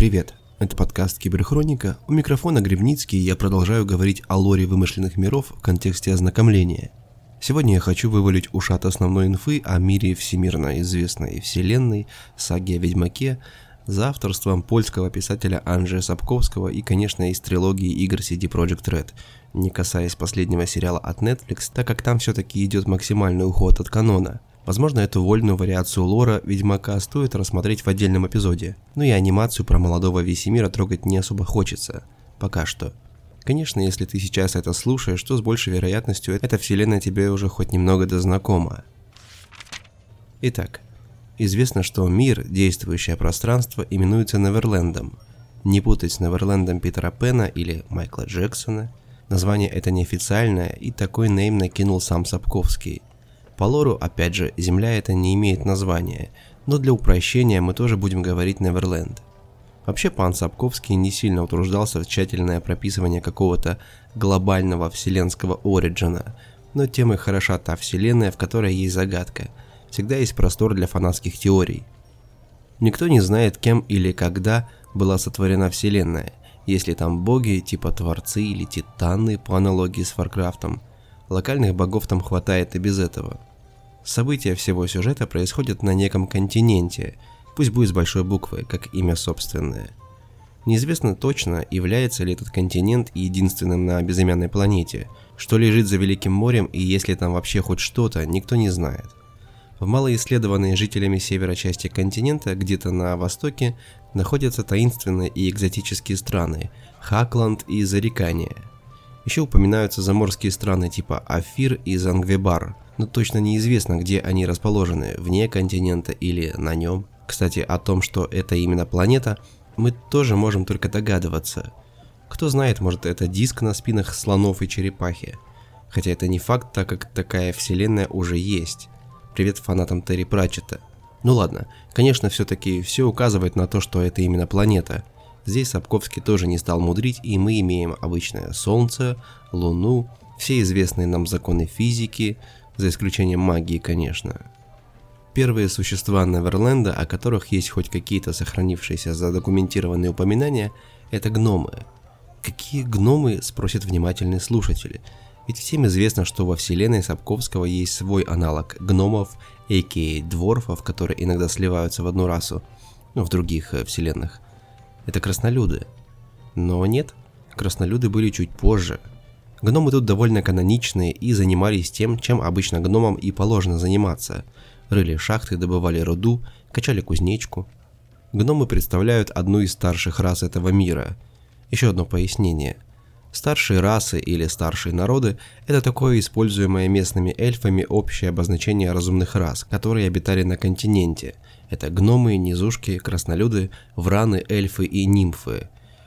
Привет, это подкаст Киберхроника, у микрофона Гребницкий, и я продолжаю говорить о лоре вымышленных миров в контексте ознакомления. Сегодня я хочу вывалить ушат основной инфы о мире всемирно известной вселенной, саге о Ведьмаке, за авторством польского писателя Анджея Сапковского и, конечно, из трилогии игр CD Projekt Red, не касаясь последнего сериала от Netflix, так как там все-таки идет максимальный уход от канона. Возможно, эту вольную вариацию лора Ведьмака стоит рассмотреть в отдельном эпизоде, но и анимацию про молодого Весемира трогать не особо хочется. Пока что. Конечно, если ты сейчас это слушаешь, то с большей вероятностью эта вселенная тебе уже хоть немного знакома. Итак, известно, что мир, действующее пространство, именуется Неверлендом. Не путать с Неверлендом Питера Пэна или Майкла Джексона. Название это неофициальное, и такой нейм накинул сам Сапковский. По лору, опять же, Земля это не имеет названия, но для упрощения мы тоже будем говорить Неверленд. Вообще пан Сапковский не сильно утруждался в тщательное прописывание какого-то глобального вселенского ориджина, но тем и хороша та вселенная, в которой есть загадка. Всегда есть простор для фанатских теорий. Никто не знает, кем или когда была сотворена вселенная, если там боги типа творцы или титаны по аналогии с Варкрафтом. Локальных богов там хватает и без этого. События всего сюжета происходят на неком континенте, пусть будет с большой буквы, как имя собственное. Неизвестно точно, является ли этот континент единственным на безымянной планете, что лежит за Великим морем и есть ли там вообще хоть что-то, никто не знает. В малоисследованной жителями севера части континента, где-то на востоке, находятся таинственные и экзотические страны – Хакланд и Зарекания. Еще упоминаются заморские страны типа Афир и Зангвебар, но точно неизвестно, где они расположены, вне континента или на нем. Кстати, о том, что это именно планета, мы тоже можем только догадываться. Кто знает, может это диск на спинах слонов и черепахи. Хотя это не факт, так как такая вселенная уже есть. Привет фанатам Терри Пратчетта. Ну ладно, конечно, все-таки все указывает на то, что это именно планета. Здесь Сапковский тоже не стал мудрить, и мы имеем обычное Солнце, Луну, все известные нам законы физики, за исключением магии, конечно. Первые существа Неверленда, о которых есть хоть какие-то сохранившиеся задокументированные упоминания, это гномы. Какие гномы, спросят внимательные слушатели? Ведь всем известно, что во вселенной Сапковского есть свой аналог гномов, а.к.а. дворфов, которые иногда сливаются в одну расу, в других вселенных. Это краснолюды. Но нет, краснолюды были чуть позже. Гномы тут довольно каноничные и занимались тем, чем обычно гномам и положено заниматься. Рыли шахты, добывали руду, качали кузнечку. Гномы представляют одну из старших рас этого мира. Еще одно пояснение. Старшие расы или старшие народы – это такое используемое местными эльфами общее обозначение разумных рас, которые обитали на континенте. Это гномы, низушки, краснолюды, враны, эльфы и нимфы.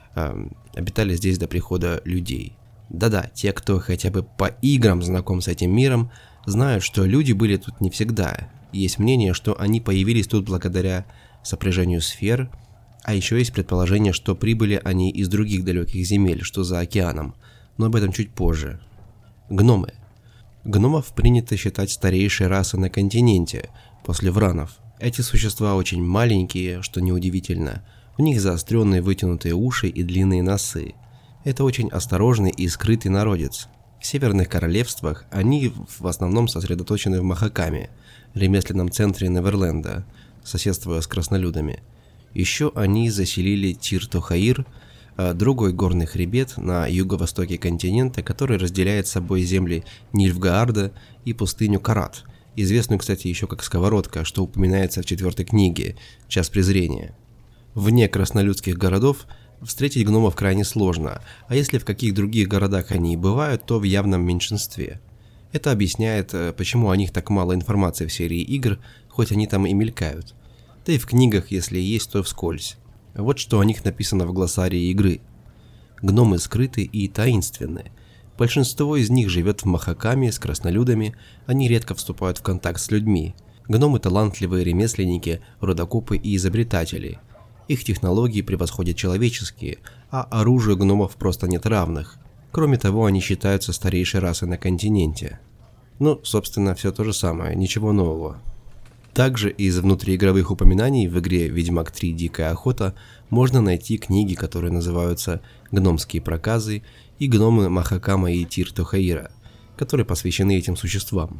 Обитали здесь до прихода людей. Да-да, те, кто хотя бы по играм знаком с этим миром, знают, что люди были тут не всегда. Есть мнение, что они появились тут благодаря сопряжению сфер, а еще есть предположение, что прибыли они из других далеких земель, что за океаном, но об этом чуть позже. Гномы. Гномов принято считать старейшей расой на континенте, после вранов. Эти существа очень маленькие, что неудивительно. У них заостренные вытянутые уши и длинные носы. Это очень осторожный и скрытый народец. В северных королевствах они в основном сосредоточены в Махакаме, ремесленном центре Неверленда, соседствуя с краснолюдами. Еще они заселили Тир-Тохаир, другой горный хребет на юго-востоке континента, который разделяет с собой земли Нильфгаарда и пустыню Карат, известную, кстати, еще как Сковородка, что упоминается в 4-й книге «Час презрения». Вне краснолюдских городов встретить гномов крайне сложно, а если в каких других городах они и бывают, то в явном меньшинстве. Это объясняет, почему о них так мало информации в серии игр, хоть они там и мелькают. Да и в книгах, если есть, то вскользь. Вот что о них написано в глоссарии игры. Гномы скрыты и таинственны. Большинство из них живет в Махакаме с краснолюдами, они редко вступают в контакт с людьми. Гномы – талантливые ремесленники, рудокопы и изобретатели. Их технологии превосходят человеческие, а оружию гномов просто нет равных. Кроме того, они считаются старейшей расой на континенте. Ну, собственно, все то же самое, ничего нового. Также из внутриигровых упоминаний в игре «Ведьмак 3. Дикая охота» можно найти книги, которые называются «Гномские проказы» и «Гномы Махакама и Тир-Тохаира», которые посвящены этим существам.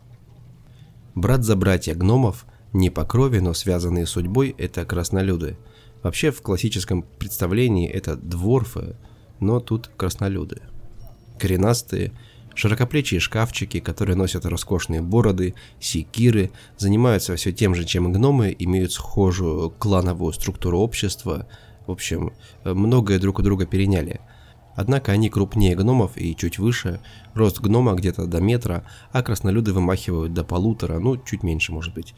Брат за братья гномов, не по крови, но связанные судьбой, это краснолюды. Вообще в классическом представлении это дворфы, но тут краснолюды. Коренастые, широкоплечие шкафчики, которые носят роскошные бороды, секиры, занимаются все тем же, чем и гномы, имеют схожую клановую структуру общества, в общем, многое друг у друга переняли. Однако они крупнее гномов и чуть выше, рост гнома где-то до метра, а краснолюды вымахивают до 1,5, ну чуть меньше может быть,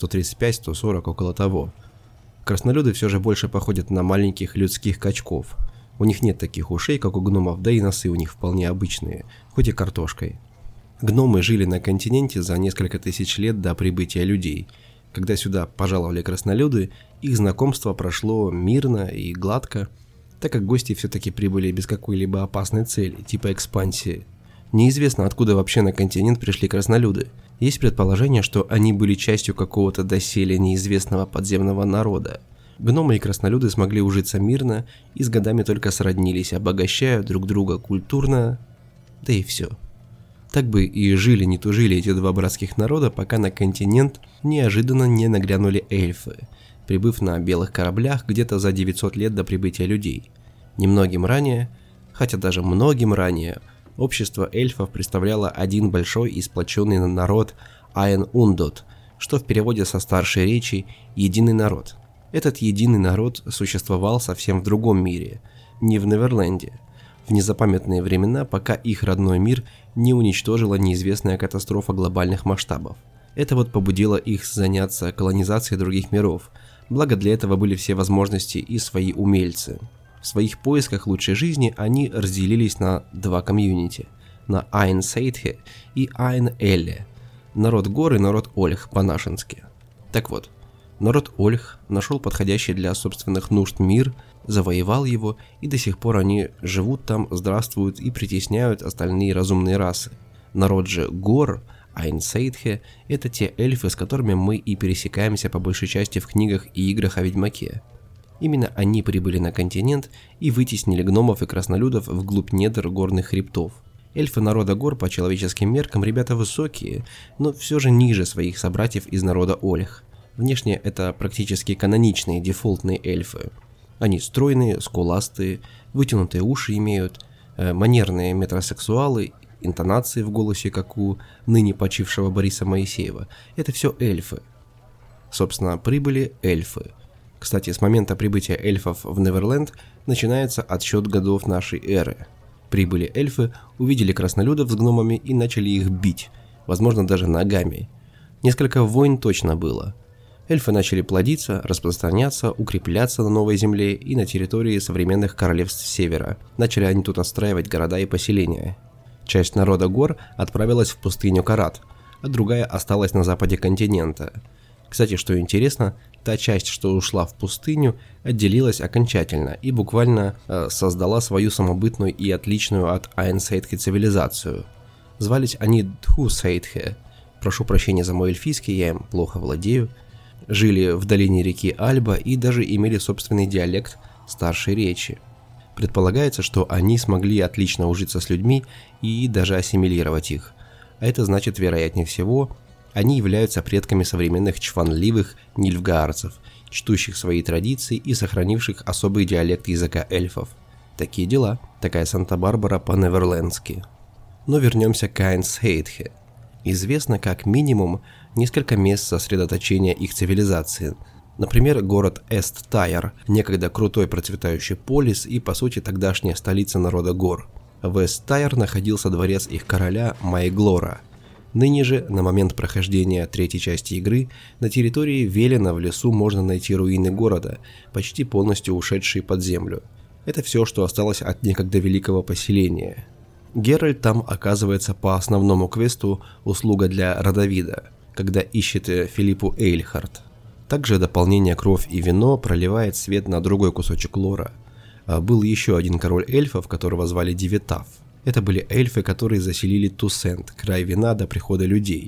135-140, около того. Краснолюды все же больше походят на маленьких людских качков. У них нет таких ушей, как у гномов, да и носы у них вполне обычные, хоть и картошкой. Гномы жили на континенте за несколько тысяч лет до прибытия людей. Когда сюда пожаловали краснолюды, их знакомство прошло мирно и гладко, так как гости все-таки прибыли без какой-либо опасной цели, типа экспансии. Неизвестно, откуда вообще на континент пришли краснолюды. Есть предположение, что они были частью какого-то доселе неизвестного подземного народа. Гномы и краснолюды смогли ужиться мирно и с годами только сроднились, обогащая друг друга культурно, да и все. Так бы и жили не тужили эти два братских народа, пока на континент неожиданно не нагрянули эльфы, прибыв на белых кораблях где-то за 900 лет до прибытия людей. Немногим ранее, хотя даже многим ранее, общество эльфов представляло один большой и сплоченный народ Аен-Ундот, что в переводе со старшей речи «единый народ». Этот единый народ существовал совсем в другом мире, не в Неверленде, в незапамятные времена, пока их родной мир не уничтожила неизвестная катастрофа глобальных масштабов. Это вот побудило их заняться колонизацией других миров, благо для этого были все возможности и свои умельцы. В своих поисках лучшей жизни они разделились на два комьюнити, на Айн-Сейдхе и Айн-Элле, народ гор и народ Ольх по-нашенски. Так вот, народ Ольх нашел подходящий для собственных нужд мир, завоевал его, и до сих пор они живут там, здравствуют и притесняют остальные разумные расы. Народ же гор, Айн-Сейдхе, это те эльфы, с которыми мы и пересекаемся по большей части в книгах и играх о Ведьмаке. Именно они прибыли на континент и вытеснили гномов и краснолюдов вглубь недр горных хребтов. Эльфы народа гор по человеческим меркам ребята высокие, но все же ниже своих собратьев из народа Ольх. Внешне это практически каноничные дефолтные эльфы. Они стройные, скуластые, вытянутые уши имеют, манерные метросексуалы, интонации в голосе, как у ныне почившего Бориса Моисеева. Это все эльфы. Собственно, прибыли эльфы. Кстати, с момента прибытия эльфов в Неверленд начинается отсчет годов нашей эры. Прибыли эльфы, увидели краснолюдов с гномами и начали их бить, возможно даже ногами. Несколько войн точно было. Эльфы начали плодиться, распространяться, укрепляться на новой земле и на территории современных королевств Севера. Начали они тут отстраивать города и поселения. Часть народа гор отправилась в пустыню Карат, а другая осталась на западе континента. Кстати, что интересно, та часть, что ушла в пустыню, отделилась окончательно и буквально создала свою самобытную и отличную от Айн-Сейдхе цивилизацию. Звались они Дху-Сейдхе. Прошу прощения за мой эльфийский, я им плохо владею. Жили в долине реки Альба и даже имели собственный диалект старшей речи. Предполагается, что они смогли отлично ужиться с людьми и даже ассимилировать их. А это значит, вероятнее всего, они являются предками современных чванливых нильфгаарцев, чтущих свои традиции и сохранивших особый диалект языка эльфов. Такие дела, такая Санта-Барбара по-неверлендски. Но вернемся к Айн-Сейдхе. Известно как минимум несколько мест сосредоточения их цивилизации. Например, город Эст-Тайр, некогда крутой процветающий полис и по сути тогдашняя столица народа гор. В Эст-Тайр находился дворец их короля Майглора. Ныне же, на момент прохождения третьей части игры, на территории Велена в лесу можно найти руины города, почти полностью ушедшие под землю. Это все, что осталось от некогда великого поселения. Геральт там оказывается по основному квесту услуга для Родовида, когда ищет Филиппу Эйльхарт. Также дополнение «Кровь и вино» проливает свет на другой кусочек лора. Был еще один король эльфов, которого звали Дивитав. Это были эльфы, которые заселили Тусент, край вина до прихода людей.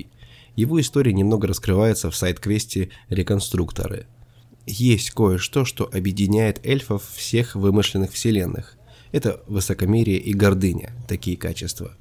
Его история немного раскрывается в сайд-квесте «Реконструкторы». Есть кое-что, что объединяет эльфов всех вымышленных вселенных. Это высокомерие и гордыня, такие качества.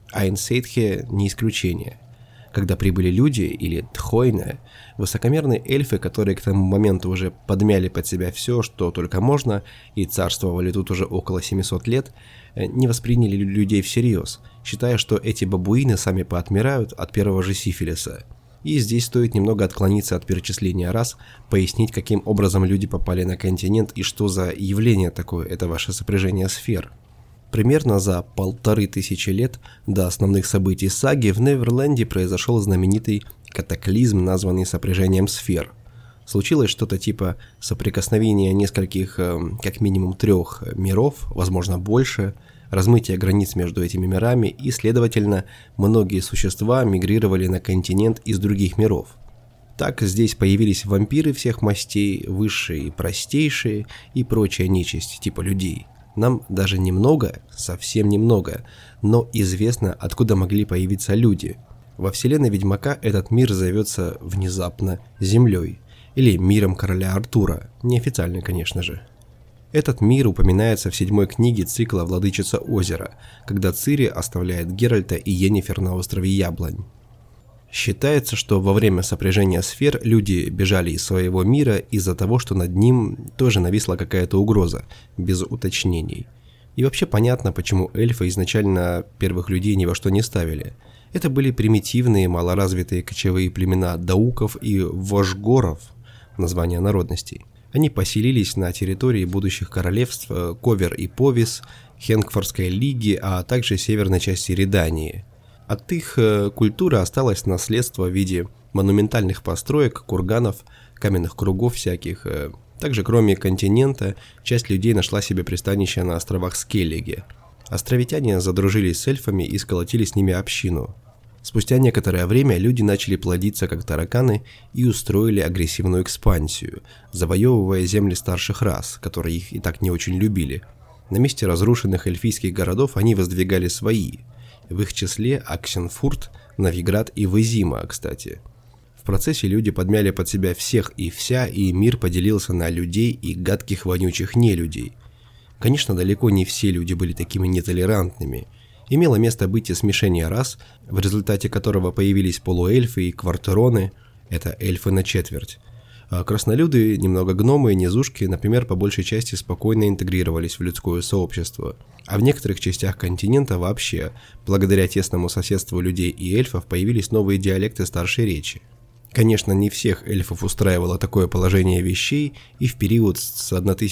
Айнсейдхе не исключение. Когда прибыли люди, или тхойне, высокомерные эльфы, которые к тому моменту уже подмяли под себя все, что только можно, и царствовали тут уже около 700 лет, не восприняли людей всерьез, считая, что эти бабуины сами поотмирают от первого же сифилиса. И здесь стоит немного отклониться от перечисления рас, пояснить, каким образом люди попали на континент и что за явление такое это ваше сопряжение сфер. Примерно за 1500 лет до основных событий саги в Неверленде произошел знаменитый катаклизм, названный сопряжением сфер. Случилось что-то типа соприкосновения нескольких, как минимум 3 миров, возможно больше, размытие границ между этими мирами, и, следовательно, многие существа мигрировали на континент из других миров. Так здесь появились вампиры всех мастей, высшие и простейшие, и прочая нечисть типа людей. Нам даже немного, совсем немного, но известно, откуда могли появиться люди. Во вселенной Ведьмака этот мир зовется внезапно Землей, или миром короля Артура, неофициально, конечно же. Этот мир упоминается в 7 книге цикла «Владычица озера», когда Цири оставляет Геральта и Йеннифер на острове Яблонь. Считается, что во время сопряжения сфер люди бежали из своего мира из-за того, что над ним тоже нависла какая-то угроза, без уточнений. И вообще понятно, почему эльфы изначально первых людей ни во что не ставили. Это были примитивные, малоразвитые кочевые племена дауков и вожгоров, названия народностей. Они поселились на территории будущих королевств Ковер и Повис, Хенгфорской лиги, а также северной части Редании. От их культуры осталось наследство в виде монументальных построек, курганов, каменных кругов всяких. Также, кроме континента, часть людей нашла себе пристанище на островах Скеллиге. Островитяне задружились с эльфами и сколотили с ними общину. Спустя некоторое время люди начали плодиться как тараканы и устроили агрессивную экспансию, завоевывая земли старших рас, которые их и так не очень любили. На месте разрушенных эльфийских городов они воздвигали свои. В их числе Аксенфурт, Новиград и Визима, кстати. В процессе люди подмяли под себя всех и вся, и мир поделился на людей и гадких вонючих нелюдей. Конечно, далеко не все люди были такими нетолерантными. Имело место быть и смешение рас, в результате которого появились полуэльфы и квартероны, это эльфы на четверть. А краснолюды, немного гномы и низушки, например, по большей части спокойно интегрировались в людское сообщество. А в некоторых частях континента вообще, благодаря тесному соседству людей и эльфов, появились новые диалекты старшей речи. Конечно, не всех эльфов устраивало такое положение вещей, и в период с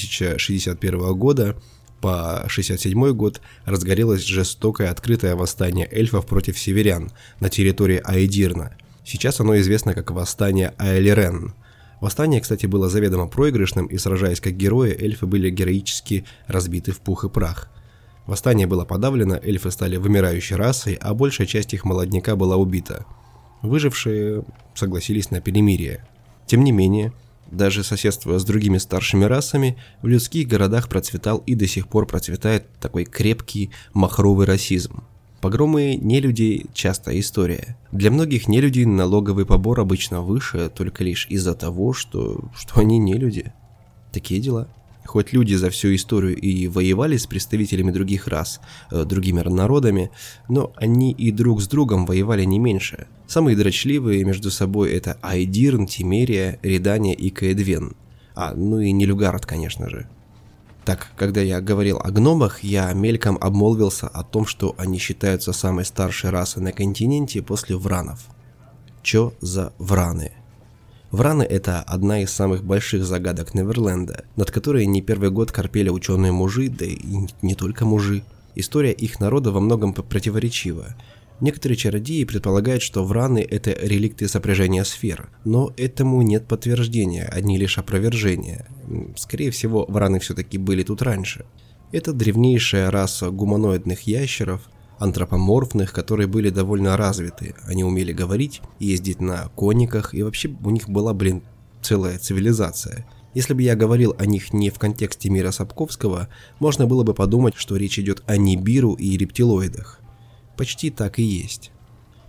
1061 года по 67 год разгорелось жестокое открытое восстание эльфов против северян на территории Аэдирна. Сейчас оно известно как восстание Аэлирен. Восстание, кстати, было заведомо проигрышным, и, сражаясь как герои, эльфы были героически разбиты в пух и прах. Восстание было подавлено, эльфы стали вымирающей расой, а большая часть их молодняка была убита. Выжившие согласились на перемирие. Тем не менее, даже соседствуя с другими старшими расами, в людских городах процветал и до сих пор процветает такой крепкий махровый расизм. Погромы нелюдей – частая история. Для многих нелюдей налоговый побор обычно выше только лишь из-за того, что они нелюди. Такие дела. Хоть люди за всю историю и воевали с представителями других рас, другими народами, но они и друг с другом воевали не меньше. Самые дрочливые между собой это Аэдирн, Тимерия, Редания и Каэдвен. Ну и Нильфгард, конечно же. Так, когда я говорил о гномах, я мельком обмолвился о том, что они считаются самой старшей расой на континенте после вранов. Чё за враны? Враны – это одна из самых больших загадок Неверленда, над которой не первый год корпели ученые-мужи, да и не только мужи. История их народа во многом противоречива. Некоторые чародеи предполагают, что враны – это реликты сопряжения сфер, но этому нет подтверждения, одни лишь опровержения. Скорее всего, враны все-таки были тут раньше. Это древнейшая раса гуманоидных ящеров, антропоморфных, которые были довольно развиты. Они умели говорить, ездить на кониках, и вообще у них была, целая цивилизация. Если бы я говорил о них не в контексте мира Сапковского, можно было бы подумать, что речь идет о Нибиру и рептилоидах. Почти так и есть.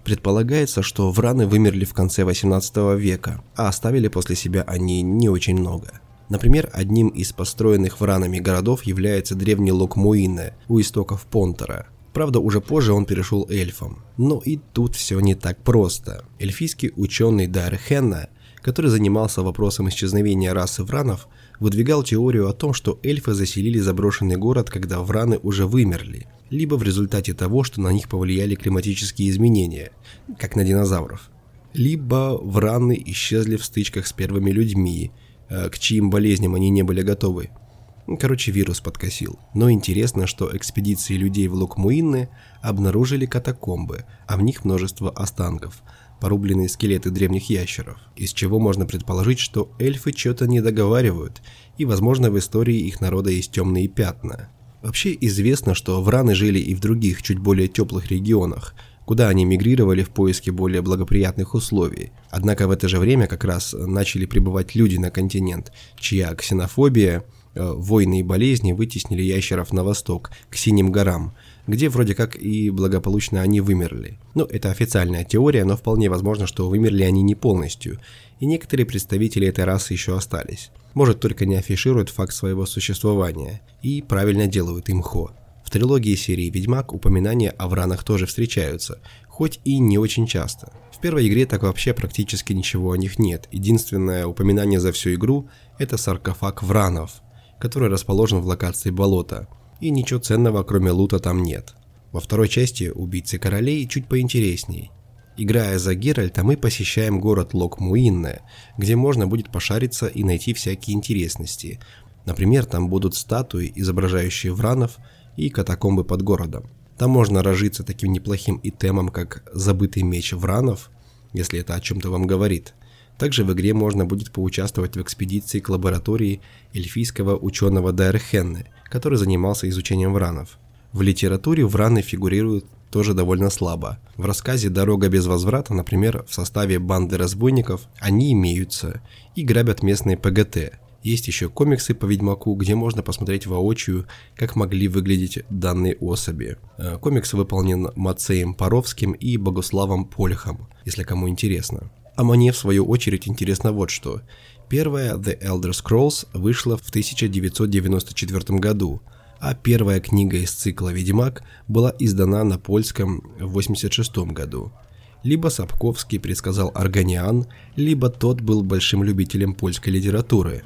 Предполагается, что враны вымерли в конце 18 века, а оставили после себя они не очень много. Например, одним из построенных вранами городов является древний Локмуинне у истоков Понтера. Правда, уже позже он перешел эльфам. Но и тут все не так просто. Эльфийский ученый Дайр Хенна, который занимался вопросом исчезновения расы вранов, выдвигал теорию о том, что эльфы заселили заброшенный город, когда враны уже вымерли, либо в результате того, что на них повлияли климатические изменения, как на динозавров, либо враны исчезли в стычках с первыми людьми, к чьим болезням они не были готовы. Короче, вирус подкосил. Но интересно, что экспедиции людей в Локмуинне обнаружили катакомбы, а в них множество останков, порубленные скелеты древних ящеров, из чего можно предположить, что эльфы что-то не договаривают, и, возможно, в истории их народа есть темные пятна. Вообще известно, что враны жили и в других, чуть более теплых регионах, куда они мигрировали в поиске более благоприятных условий. Однако в это же время как раз начали прибывать люди на континент, чья ксенофобия, войны и болезни вытеснили ящеров на восток, к Синим горам, где вроде как и благополучно они вымерли. Ну, это официальная теория, но вполне возможно, что вымерли они не полностью, и некоторые представители этой расы еще остались. Может, только не афишируют факт своего существования, и правильно делают имхо. В трилогии серии «Ведьмак» упоминания о вранах тоже встречаются, хоть и не очень часто. В первой игре так вообще практически ничего о них нет, единственное упоминание за всю игру – это саркофаг вранов, который расположен в локации болота, и ничего ценного кроме лута там нет. Во второй части «Убийцы королей» чуть поинтересней. Играя за Геральта, мы посещаем город Локмуинне, где можно будет пошариться и найти всякие интересности. Например, там будут статуи, изображающие вранов, и катакомбы под городом. Там можно разжиться таким неплохим итемом, как забытый меч вранов, если это о чем-то вам говорит. Также в игре можно будет поучаствовать в экспедиции к лаборатории эльфийского ученого Дайр Хенны, который занимался изучением вранов. В литературе враны фигурируют тоже довольно слабо. В рассказе «Дорога без возврата», например, в составе банды разбойников они имеются и грабят местные ПГТ. Есть еще комиксы по Ведьмаку, где можно посмотреть воочию, как могли выглядеть данные особи. Комикс выполнен Мацеем Паровским и Богуславом Польхом, если кому интересно. А мне, в свою очередь, интересно вот что. Первая The Elder Scrolls вышла в 1994 году, а первая книга из цикла «Ведьмак» была издана на польском в 1986 году. Либо Сапковский предсказал Органиан, либо тот был большим любителем польской литературы.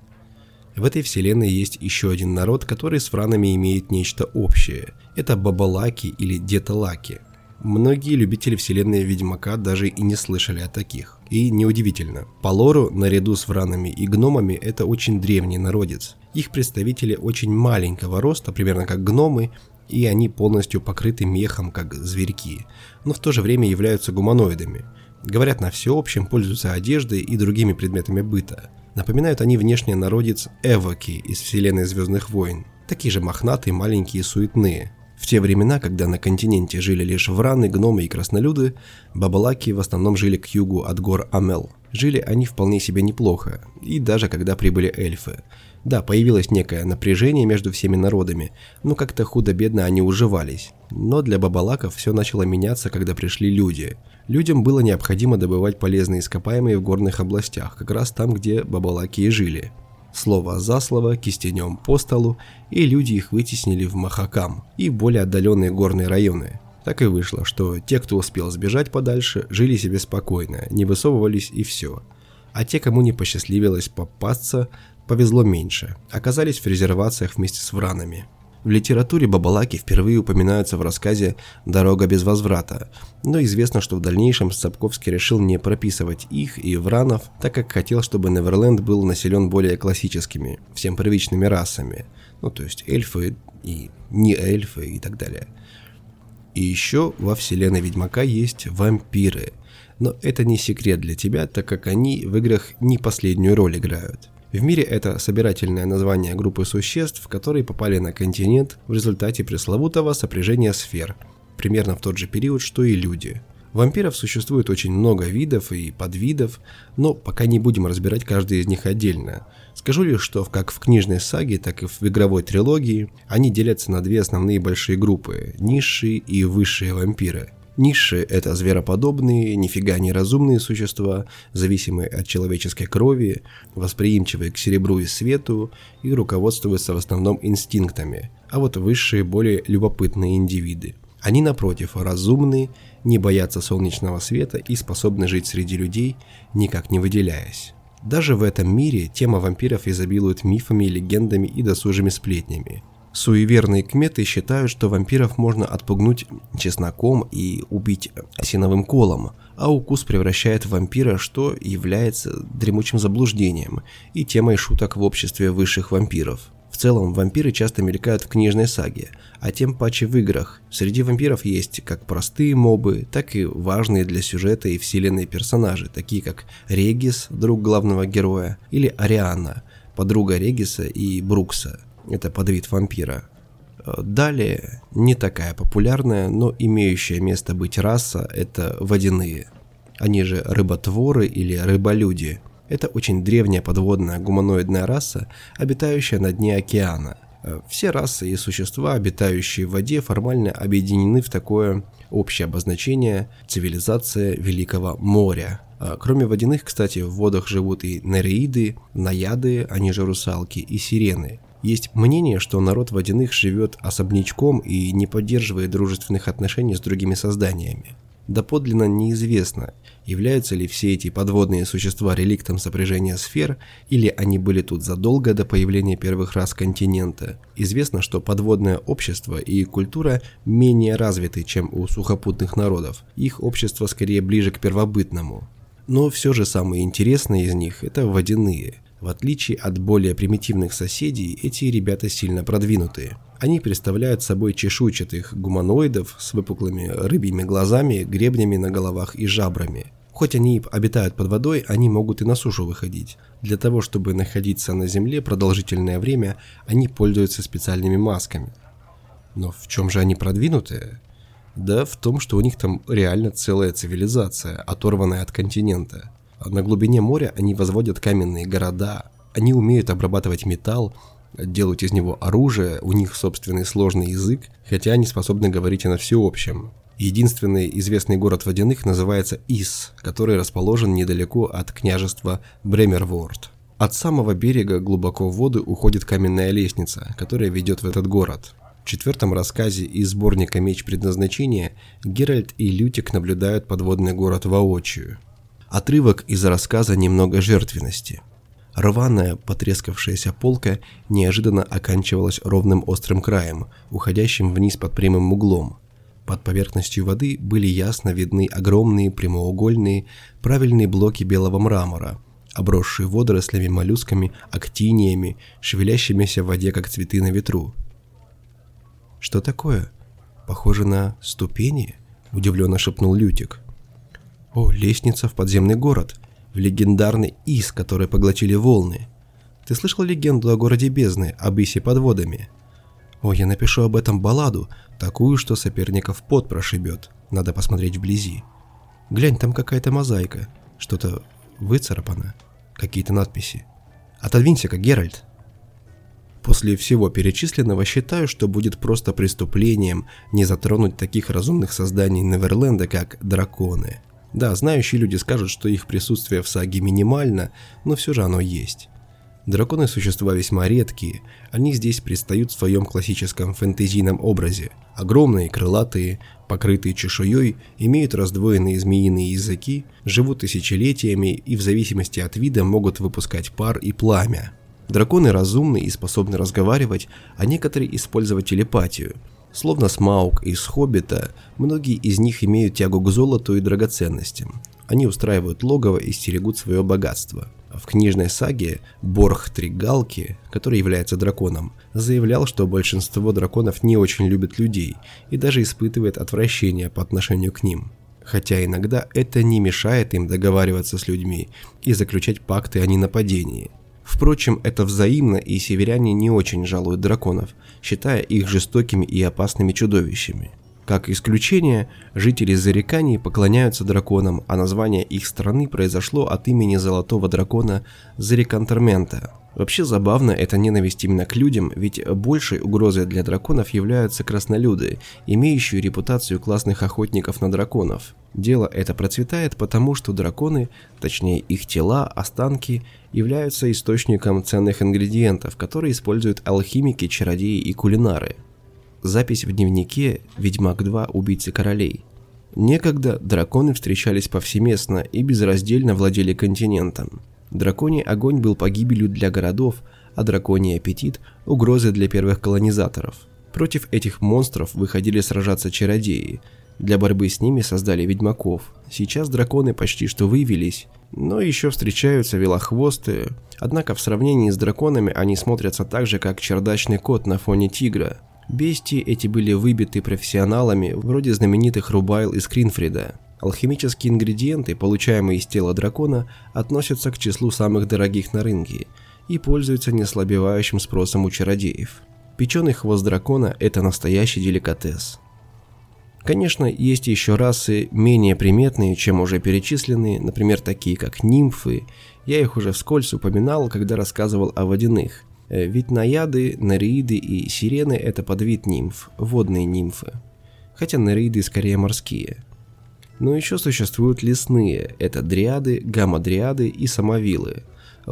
В этой вселенной есть еще один народ, который с вранами имеет нечто общее. Это бабалаки или деталаки. Многие любители вселенной Ведьмака даже и не слышали о таких. И неудивительно. По лору, наряду с вранами и гномами, это очень древний народец. Их представители очень маленького роста, примерно как гномы, и они полностью покрыты мехом, как зверьки, но в то же время являются гуманоидами. Говорят на всеобщем, пользуются одеждой и другими предметами быта. Напоминают они внешне народец Эвоки из вселенной Звездных войн. Такие же мохнатые, маленькие и суетные. В те времена, когда на континенте жили лишь враны, гномы и краснолюды, бабалаки в основном жили к югу от гор Амел. Жили они вполне себе неплохо, и даже когда прибыли эльфы. Да, появилось некое напряжение между всеми народами, но как-то худо-бедно они уживались. Но для бабалаков все начало меняться, когда пришли люди. Людям было необходимо добывать полезные ископаемые в горных областях, как раз там, где бабалаки и жили. Слово за слово, кистенем по столу, и люди их вытеснили в Махакам и более отдаленные горные районы. Так и вышло, что те, кто успел сбежать подальше, жили себе спокойно, не высовывались и все. А те, кому не посчастливилось попасться, повезло меньше, оказались в резервациях вместе с вранами. В литературе бабалаки впервые упоминаются в рассказе «Дорога без возврата», но известно, что в дальнейшем Сапковский решил не прописывать их и вранов, так как хотел, чтобы Неверленд был населен более классическими, всем привычными расами, ну то есть эльфы и не эльфы и так далее. И еще во вселенной Ведьмака есть вампиры, но это не секрет для тебя, так как они в играх не последнюю роль играют. В мире это собирательное название группы существ, которые попали на континент в результате пресловутого сопряжения сфер, примерно в тот же период, что и люди. Вампиров существует очень много видов и подвидов, но пока не будем разбирать каждый из них отдельно. Скажу лишь, что как в книжной саге, так и в игровой трилогии они делятся на две основные большие группы – низшие и высшие вампиры. Низшие – это звероподобные, нифига не разумные существа, зависимые от человеческой крови, восприимчивые к серебру и свету и руководствуются в основном инстинктами. А вот высшие – более любопытные индивиды. Они, напротив, разумные, не боятся солнечного света и способны жить среди людей, никак не выделяясь. Даже в этом мире тема вампиров изобилует мифами, легендами и досужими сплетнями. Суеверные кметы считают, что вампиров можно отпугнуть чесноком и убить осиновым колом, а укус превращает в вампира, что является дремучим заблуждением и темой шуток в обществе высших вампиров. В целом, вампиры часто мелькают в книжной саге, а тем паче в играх. Среди вампиров есть как простые мобы, так и важные для сюжета и вселенной персонажи, такие как Регис, друг главного героя, или Ариана, подруга Региса и Брукса. Это подвид вампира. Далее, не такая популярная, но имеющая место быть раса – это водяные. Они же рыботворы или рыболюди. Это очень древняя подводная гуманоидная раса, обитающая на дне океана. Все расы и существа, обитающие в воде, формально объединены в такое общее обозначение – цивилизация Великого моря. Кроме водяных, кстати, в водах живут и нереиды, наяды, они же русалки, и сирены. Есть мнение, что народ водяных живет особнячком и не поддерживает дружественных отношений с другими созданиями. Доподлинно неизвестно, являются ли все эти подводные существа реликтом сопряжения сфер, или они были тут задолго до появления первых рас континента. Известно, что подводное общество и культура менее развиты, чем у сухопутных народов. Их общество скорее ближе к первобытному. Но все же самые интересные из них – это водяные. В отличие от более примитивных соседей, эти ребята сильно продвинутые. Они представляют собой чешуйчатых гуманоидов с выпуклыми рыбьими глазами, гребнями на головах и жабрами. Хоть они обитают под водой, они могут и на сушу выходить. Для того, чтобы находиться на земле продолжительное время, они пользуются специальными масками. Но в чем же они продвинутые? Да в том, что у них там реально целая цивилизация, оторванная от континента. На глубине моря они возводят каменные города, они умеют обрабатывать металл, делают из него оружие, у них собственный сложный язык, хотя они способны говорить и на всеобщем. Единственный известный город водяных называется Ис, который расположен недалеко от княжества Бремерворд. От самого берега глубоко в воду уходит каменная лестница, которая ведет в этот город. В 4-м рассказе из сборника «Меч предназначения» Геральт и Лютик наблюдают подводный город воочию. Отрывок из рассказа «Немного жертвенности». Рваная, потрескавшаяся полка неожиданно оканчивалась ровным острым краем, уходящим вниз под прямым углом. Под поверхностью воды были ясно видны огромные прямоугольные правильные блоки белого мрамора, обросшие водорослями, моллюсками, актиниями, шевелящимися в воде, как цветы на ветру. «Что такое? Похоже на ступени?» – удивленно шепнул Лютик. «О, лестница в подземный город, в легендарный Ис, который поглотили волны. Ты слышал легенду о городе бездны, об Исе под водами? О, я напишу об этом балладу, такую, что соперников пот прошибет. Надо посмотреть вблизи. Глянь, там какая-то мозаика, что-то выцарапано, какие-то надписи. Отодвинься-ка, Геральт». После всего перечисленного считаю, что будет просто преступлением не затронуть таких разумных созданий Неверленда, как драконы. Да, знающие люди скажут, что их присутствие в саге минимально, но все же оно есть. Драконы – существа весьма редкие, они здесь предстают в своем классическом фэнтезийном образе. Огромные, крылатые, покрытые чешуей, имеют раздвоенные змеиные языки, живут тысячелетиями и в зависимости от вида могут выпускать пар и пламя. Драконы разумны и способны разговаривать, а некоторые использовать телепатию. Словно Смауг из «Хоббита», многие из них имеют тягу к золоту и драгоценностям. Они устраивают логово и стерегут свое богатство. В книжной саге Борх Тригалки, который является драконом, заявлял, что большинство драконов не очень любят людей и даже испытывает отвращение по отношению к ним. Хотя иногда это не мешает им договариваться с людьми и заключать пакты о ненападении. Впрочем, это взаимно, и северяне не очень жалуют драконов, считая их жестокими и опасными чудовищами. Как исключение, жители Зарекании поклоняются драконам, а название их страны произошло от имени золотого дракона Зарекантермента. Вообще забавно эта ненависть именно к людям, ведь большей угрозой для драконов являются краснолюды, имеющие репутацию классных охотников на драконов. Дело это процветает потому, что драконы, точнее их тела, останки, являются источником ценных ингредиентов, которые используют алхимики, чародеи и кулинары. Запись в дневнике «Ведьмак 2. Убийцы королей». Некогда драконы встречались повсеместно и безраздельно владели континентом. Драконий огонь был погибелью для городов, а драконий аппетит – угрозой для первых колонизаторов. Против этих монстров выходили сражаться чародеи. Для борьбы с ними создали ведьмаков. Сейчас драконы почти что вывелись, но еще встречаются велохвосты. Однако в сравнении с драконами они смотрятся так же, как чердачный кот на фоне тигра. Бестии эти были выбиты профессионалами, вроде знаменитых Рубайл из Кринфрида. Алхимические ингредиенты, получаемые из тела дракона, относятся к числу самых дорогих на рынке и пользуются неослабевающим спросом у чародеев. Печеный хвост дракона – это настоящий деликатес. Конечно, есть еще расы менее приметные, чем уже перечисленные, например, такие как нимфы. Я их уже вскользь упоминал, когда рассказывал о водяных. Ведь наяды, нереиды и сирены – это подвид нимф, водные нимфы. Хотя нереиды скорее морские. Но еще существуют лесные – это дриады, гамма-дриады и самовилы,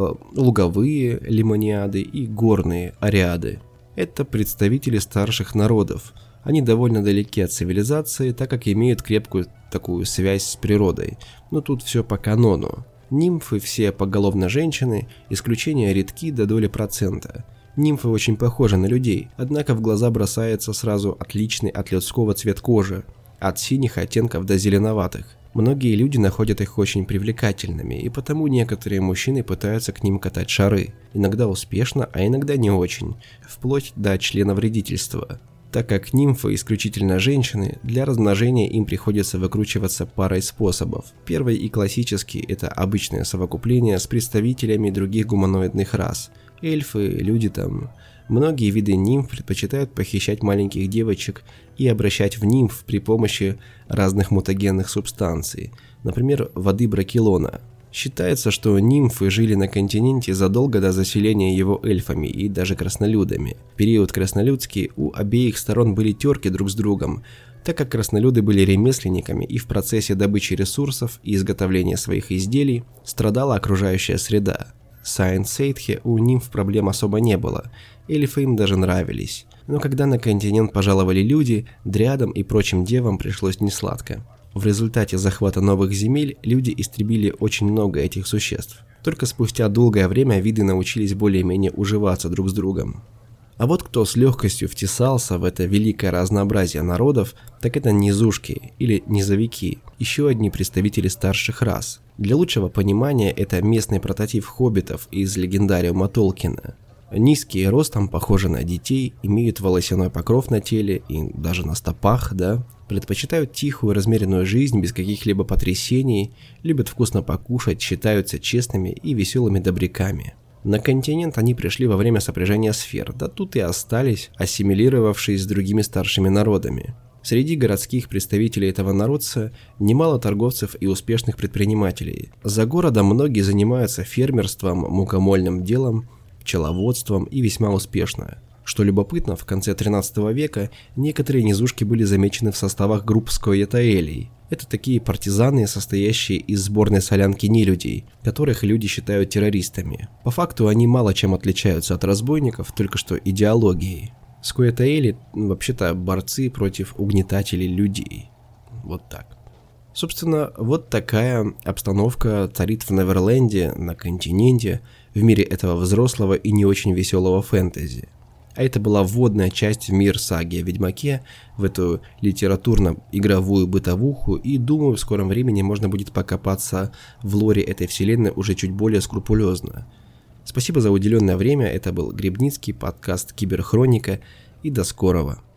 луговые – лимониады и горные – ариады. Это представители старших народов. Они довольно далеки от цивилизации, так как имеют крепкую такую связь с природой. Но тут все по канону. Нимфы все поголовно женщины, исключения редки до доли процента. Нимфы очень похожи на людей, однако в глаза бросается сразу отличный от людского цвет кожи, от синих оттенков до зеленоватых. Многие люди находят их очень привлекательными, и потому некоторые мужчины пытаются к ним катать шары, иногда успешно, а иногда не очень, вплоть до членовредительства. Так как нимфы исключительно женщины, для размножения им приходится выкручиваться парой способов. Первый и классический – это обычное совокупление с представителями других гуманоидных рас. Эльфы, люди там. Многие виды нимф предпочитают похищать маленьких девочек и обращать в нимф при помощи разных мутагенных субстанций, например, воды бракелона. Считается, что нимфы жили на континенте задолго до заселения его эльфами и даже краснолюдами. В период краснолюдский у обеих сторон были терки друг с другом, так как краснолюды были ремесленниками и в процессе добычи ресурсов и изготовления своих изделий страдала окружающая среда. Сайн-Сейтхе у нимф проблем особо не было, эльфы им даже нравились. Но когда на континент пожаловали люди, дриадам и прочим девам пришлось несладко. В результате захвата новых земель люди истребили очень много этих существ. Только спустя долгое время виды научились более-менее уживаться друг с другом. А вот кто с легкостью втесался в это великое разнообразие народов, так это низушки или низовики, еще одни представители старших рас. Для лучшего понимания это местный прототип хоббитов из легендариума Толкина. Низкие ростом, похожи на детей, имеют волосяной покров на теле и даже на стопах, да. Предпочитают тихую размеренную жизнь без каких-либо потрясений, любят вкусно покушать, считаются честными и веселыми добряками. На континент они пришли во время сопряжения сфер, да тут и остались, ассимилировавшись с другими старшими народами. Среди городских представителей этого народца немало торговцев и успешных предпринимателей. За городом многие занимаются фермерством, мукомольным делом, пчеловодством и весьма успешно. Что любопытно, в конце 13 века некоторые низушки были замечены в составах групп скоятаэлей. Это такие партизаны, состоящие из сборной солянки нелюдей, которых люди считают террористами. По факту они мало чем отличаются от разбойников, только что идеологией. Скоятаэли вообще-то борцы против угнетателей людей. Вот так. Собственно, вот такая обстановка царит в Неверленде, на континенте, в мире этого взрослого и не очень веселого фэнтези. А это была вводная часть в мир саги о Ведьмаке, в эту литературно-игровую бытовуху, и думаю, в скором времени можно будет покопаться в лоре этой вселенной уже чуть более скрупулезно. Спасибо за уделенное время, это был Гребницкий, подкаст Киберхроника, и до скорого.